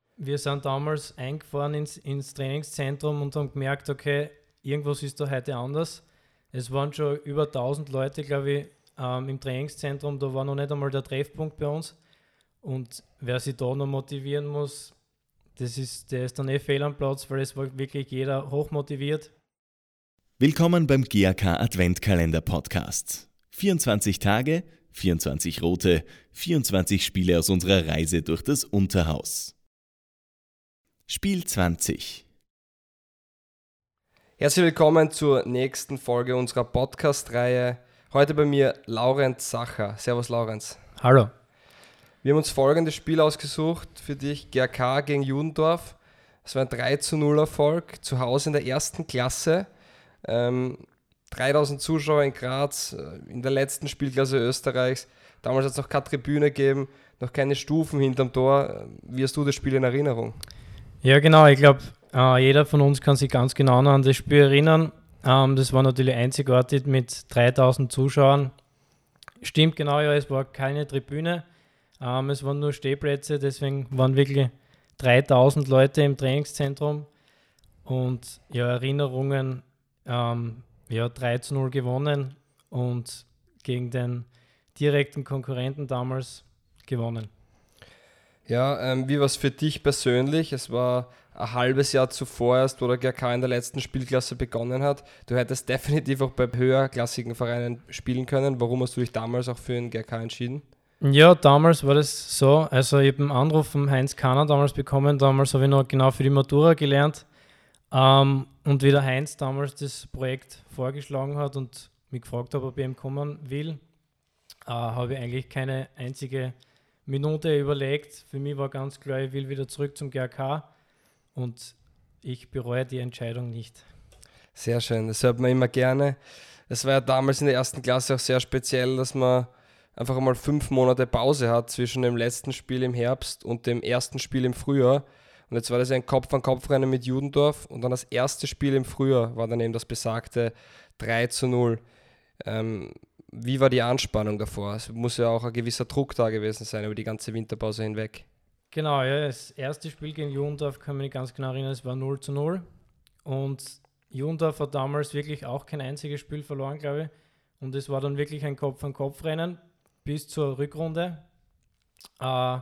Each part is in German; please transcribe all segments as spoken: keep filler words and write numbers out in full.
wir sind damals eingefahren ins, ins Trainingszentrum und haben gemerkt, okay, irgendwas ist da heute anders. Es waren schon über tausend Leute, glaube ich, ähm, im Trainingszentrum. Da war noch nicht einmal der Treffpunkt bei uns. Und wer sich da noch motivieren muss, das ist, der ist dann eh fehl am Platz, weil es war wirklich jeder hochmotiviert. Willkommen beim G A K Adventkalender Podcast. vierundzwanzig Tage, vierundzwanzig rote, vierundzwanzig Spiele aus unserer Reise durch das Unterhaus. Spiel zwanzig. Herzlich willkommen zur nächsten Folge unserer Podcast-Reihe. Heute bei mir Laurenz Sacher. Servus Laurenz. Hallo. Wir haben uns folgendes Spiel ausgesucht für dich, G A K gegen Judendorf. Es war ein drei zu null Erfolg, zu Hause in der ersten Klasse. Ähm, dreitausend Zuschauer in Graz, in der letzten Spielklasse Österreichs. Damals hat es noch keine Tribüne gegeben, noch keine Stufen hinterm Tor. Wie hast du das Spiel in Erinnerung? Ja, genau. Ich glaube, äh, jeder von uns kann sich ganz genau an das Spiel erinnern. Ähm, das war natürlich einzigartig mit dreitausend Zuschauern. Stimmt genau, ja, es war keine Tribüne. Ähm, es waren nur Stehplätze, deswegen waren wirklich dreitausend Leute im Trainingszentrum. Und ja, Erinnerungen, ähm, ja, drei zu null gewonnen und gegen den direkten Konkurrenten damals gewonnen. Ja, ähm, wie war es für dich persönlich? Es war ein halbes Jahr zuvor erst, wo der G A K in der letzten Spielklasse begonnen hat. Du hättest definitiv auch bei höherklassigen Vereinen spielen können. Warum hast du dich damals auch für den G A K entschieden? Ja, damals war das so. Also ich habe einen Anruf von Heinz Kahner damals bekommen. Damals habe ich noch genau für die Matura gelernt. Ähm, und wie der Heinz damals das Projekt vorgeschlagen hat und mich gefragt hat, ob ich ihm kommen will, äh, habe ich eigentlich keine einzige Minute überlegt. Für mich war ganz klar, ich will wieder zurück zum G A K und ich bereue die Entscheidung nicht. Sehr schön, das hört man immer gerne. Es war ja damals in der ersten Klasse auch sehr speziell, dass man einfach einmal fünf Monate Pause hat zwischen dem letzten Spiel im Herbst und dem ersten Spiel im Frühjahr. Und jetzt war das ein Kopf-an-Kopf-Rennen mit Judendorf und dann das erste Spiel im Frühjahr war dann eben das besagte drei zu null. Ähm, wie war die Anspannung davor? Es muss ja auch ein gewisser Druck da gewesen sein über die ganze Winterpause hinweg. Genau, ja, das erste Spiel gegen Judendorf kann mich nicht ganz genau erinnern, es war null zu null und Judendorf hat damals wirklich auch kein einziges Spiel verloren, glaube ich, und es war dann wirklich ein Kopf-an-Kopf-Rennen bis zur Rückrunde. Äh,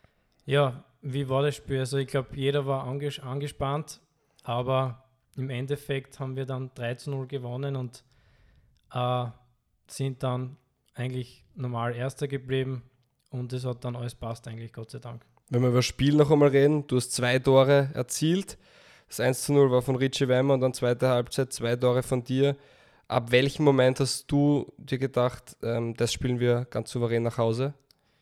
ja, wie war das Spiel? Also ich glaube, jeder war anges- angespannt, aber im Endeffekt haben wir dann drei zu null gewonnen und äh, sind dann eigentlich normal Erster geblieben und es hat dann alles passt eigentlich, Gott sei Dank. Wenn wir über das Spiel noch einmal reden, du hast zwei Tore erzielt. Das eins zu null war von Richie Weimer und dann zweite Halbzeit, zwei Tore von dir. Ab welchem Moment hast du dir gedacht, ähm, das spielen wir ganz souverän nach Hause?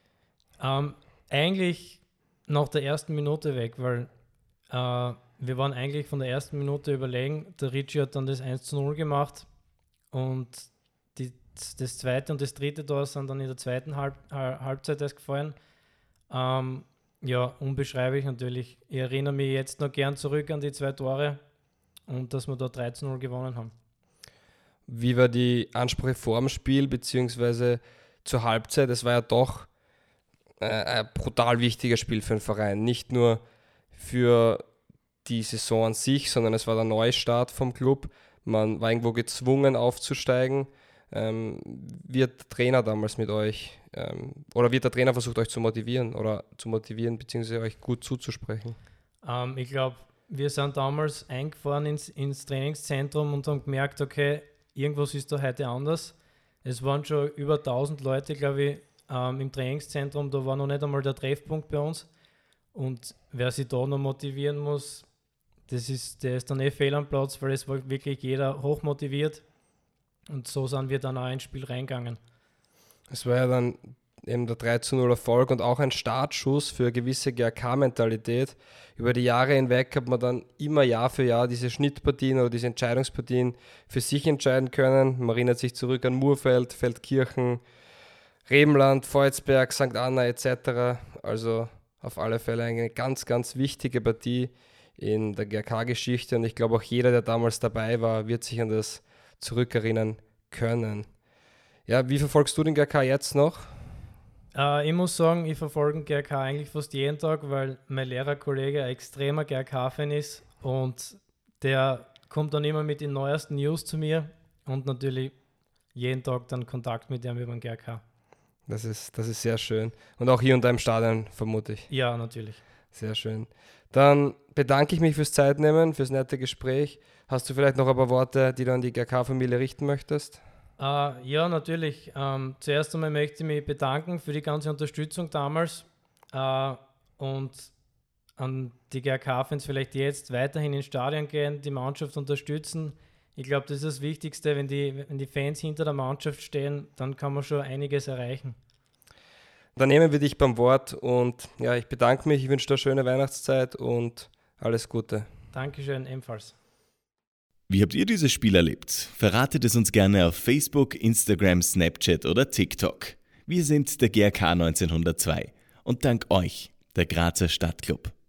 Ähm, eigentlich nach der ersten Minute weg, weil äh, wir waren eigentlich von der ersten Minute überlegen. Der Richie hat dann das eins zu null gemacht und die, das zweite und das dritte Tor sind dann in der zweiten Halb, Halbzeit erst gefallen. Ähm, ja, unbeschreiblich natürlich. Ich erinnere mich jetzt noch gern zurück an die zwei Tore und dass wir da drei zu null gewonnen haben. Wie war die Ansprache vor dem Spiel, beziehungsweise zur Halbzeit? Es war ja doch äh, ein brutal wichtiges Spiel für den Verein. Nicht nur für die Saison an sich, sondern es war der Neustart vom Club. Man war irgendwo gezwungen aufzusteigen. Ähm, wie hat der Trainer damals mit euch, ähm, oder wie hat der Trainer versucht, euch zu motivieren oder zu motivieren, beziehungsweise euch gut zuzusprechen? Ähm, ich glaube, wir sind damals eingefahren ins, ins Trainingszentrum und haben gemerkt, okay, irgendwas ist da heute anders. Es waren schon über tausend Leute, glaube ich, ähm, im Trainingszentrum. Da war noch nicht einmal der Treffpunkt bei uns. Und wer sich da noch motivieren muss, das ist, der ist dann eh fehl am Platz, weil es war wirklich jeder hochmotiviert. Und so sind wir dann auch ins Spiel reingegangen. Es war ja dann eben der drei zu null Erfolg und auch ein Startschuss für eine gewisse G A K-Mentalität. Über die Jahre hinweg hat man dann immer Jahr für Jahr diese Schnittpartien oder diese Entscheidungspartien für sich entscheiden können. Man erinnert sich zurück an Murfeld, Feldkirchen, Rebenland, Volzberg, Sankt Anna et cetera. Also auf alle Fälle eine ganz, ganz wichtige Partie in der G A K-Geschichte und ich glaube auch jeder, der damals dabei war, wird sich an das zurückerinnern können. Ja, wie verfolgst du den G A K jetzt noch? Äh, ich muss sagen, ich verfolge G R K eigentlich fast jeden Tag, weil mein Lehrerkollege ein extremer G R K-Fan ist und der kommt dann immer mit den neuesten News zu mir und natürlich jeden Tag dann Kontakt mit dem über den G R K. Das ist, das ist sehr schön. Und auch hier und da im Stadion, vermute ich. Ja, natürlich. Sehr schön. Dann bedanke ich mich fürs Zeitnehmen, fürs nette Gespräch. Hast du vielleicht noch ein paar Worte, die du an die G R K-Familie richten möchtest? Uh, ja, natürlich. Um, zuerst einmal möchte ich mich bedanken für die ganze Unterstützung damals uh, und an die G R K-Fans vielleicht jetzt weiterhin ins Stadion gehen, die Mannschaft unterstützen. Ich glaube, das ist das Wichtigste, wenn die, wenn die Fans hinter der Mannschaft stehen, dann kann man schon einiges erreichen. Dann nehmen wir dich beim Wort und ja, ich bedanke mich, ich wünsche dir eine schöne Weihnachtszeit und alles Gute. Dankeschön, ebenfalls. Wie habt ihr dieses Spiel erlebt? Verratet es uns gerne auf Facebook, Instagram, Snapchat oder TikTok. Wir sind der G R K neunzehnhundertzwei und dank euch der Grazer Stadtclub.